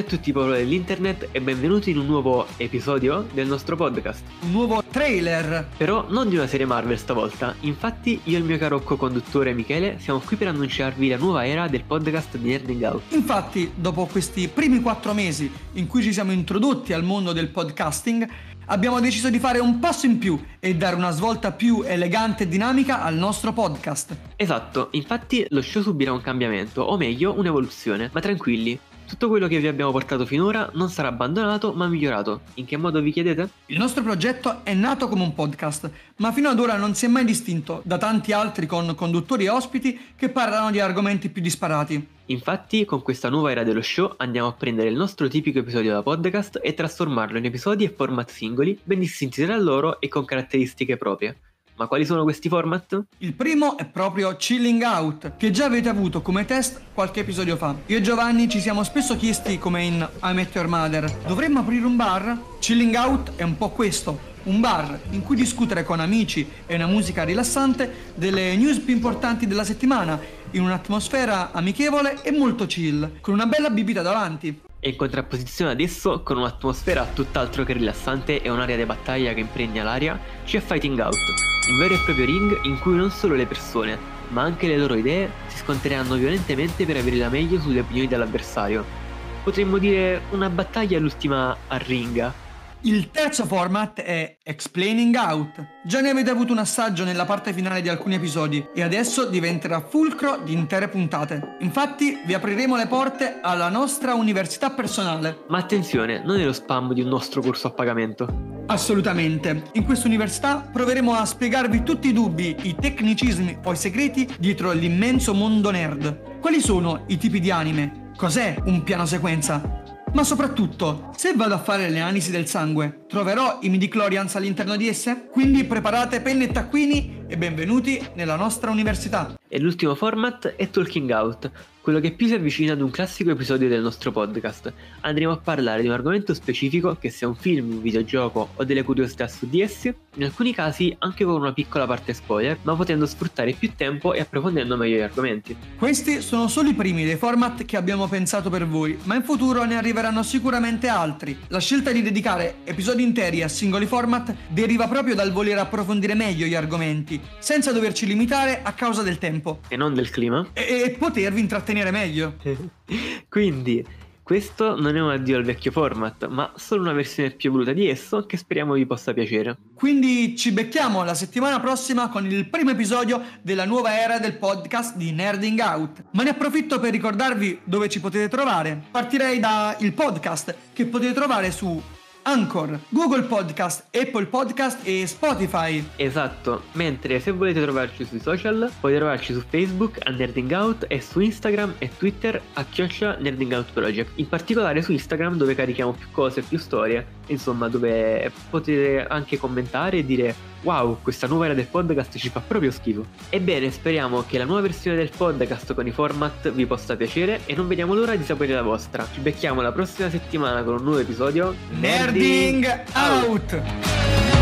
tutti popolo dell'internet e benvenuti in un nuovo episodio del nostro podcast. Un nuovo trailer! Però non di una serie Marvel stavolta, infatti io e il mio caro co-conduttore Michele siamo qui per annunciarvi la nuova era del podcast di Nerding Out. Infatti, dopo questi primi 4 mesi in cui ci siamo introdotti al mondo del podcasting, abbiamo deciso di fare un passo in più e dare una svolta più elegante e dinamica al nostro podcast. Esatto, infatti lo show subirà un cambiamento, o meglio un'evoluzione, ma tranquilli. Tutto quello che vi abbiamo portato finora non sarà abbandonato ma migliorato. In che modo vi chiedete? Il nostro progetto è nato come un podcast, ma fino ad ora non si è mai distinto da tanti altri con conduttori e ospiti che parlano di argomenti più disparati. Infatti, con questa nuova era dello show andiamo a prendere il nostro tipico episodio da podcast e trasformarlo in episodi e format singoli, ben distinti tra loro e con caratteristiche proprie. Ma quali sono questi format? Il primo è proprio Chilling Out, che già avete avuto come test qualche episodio fa. Io e Giovanni ci siamo spesso chiesti, come in I Met Your Mother, dovremmo aprire un bar? Chilling Out è un po' questo, un bar in cui discutere con amici e una musica rilassante delle news più importanti della settimana, in un'atmosfera amichevole e molto chill, con una bella bibita davanti. E in contrapposizione ad esso, con un'atmosfera tutt'altro che rilassante e un'area di battaglia che impregna l'aria, c'è Fighting Out, un vero e proprio ring in cui non solo le persone, ma anche le loro idee si scontreranno violentemente per avere la meglio sulle opinioni dell'avversario. Potremmo dire una battaglia all'ultima arringa. Il terzo format è Explaining Out. Già ne avete avuto un assaggio nella parte finale di alcuni episodi e adesso diventerà fulcro di intere puntate. Infatti vi apriremo le porte alla nostra università personale. Ma attenzione, non è lo spam di un nostro corso a pagamento. Assolutamente. In questa università proveremo a spiegarvi tutti i dubbi, i tecnicismi o i segreti dietro l'immenso mondo nerd. Quali sono i tipi di anime? Cos'è un piano sequenza? Ma soprattutto, se vado a fare le analisi del sangue, troverò i midichlorians all'interno di esse? Quindi preparate penne e taccuini e benvenuti nella nostra università. E l'ultimo format è Talking Out, quello che più si avvicina ad un classico episodio del nostro podcast. Andremo a parlare di un argomento specifico, che sia un film, un videogioco o delle curiosità su di essi, in alcuni casi anche con una piccola parte spoiler, ma potendo sfruttare più tempo e approfondendo meglio gli argomenti. Questi sono solo i primi dei format che abbiamo pensato per voi, ma in futuro ne arriveranno sicuramente altri. La scelta di dedicare episodi interi a singoli format deriva proprio dal voler approfondire meglio gli argomenti, senza doverci limitare a causa del tempo. E non del clima. E potervi intrattenere meglio. Quindi, questo non è un addio al vecchio format, ma solo una versione più evoluta di esso che speriamo vi possa piacere. Quindi ci becchiamo la settimana prossima con il primo episodio della nuova era del podcast di Nerding Out. Ma ne approfitto per ricordarvi dove ci potete trovare. Partirei da il podcast che potete trovare su Anchor, Google Podcast, Apple Podcast e Spotify. Esatto, mentre se volete trovarci sui social, potete trovarci su Facebook a Nerding Out e su Instagram e Twitter a @Nerding Out Project. In particolare su Instagram, dove carichiamo più cose, più storie, insomma dove potete anche commentare e dire wow, questa nuova era del podcast ci fa proprio schifo. Ebbene, speriamo che la nuova versione del podcast con i format vi possa piacere e non vediamo l'ora di sapere la vostra. Ci becchiamo la prossima settimana con un nuovo episodio Nerding Out!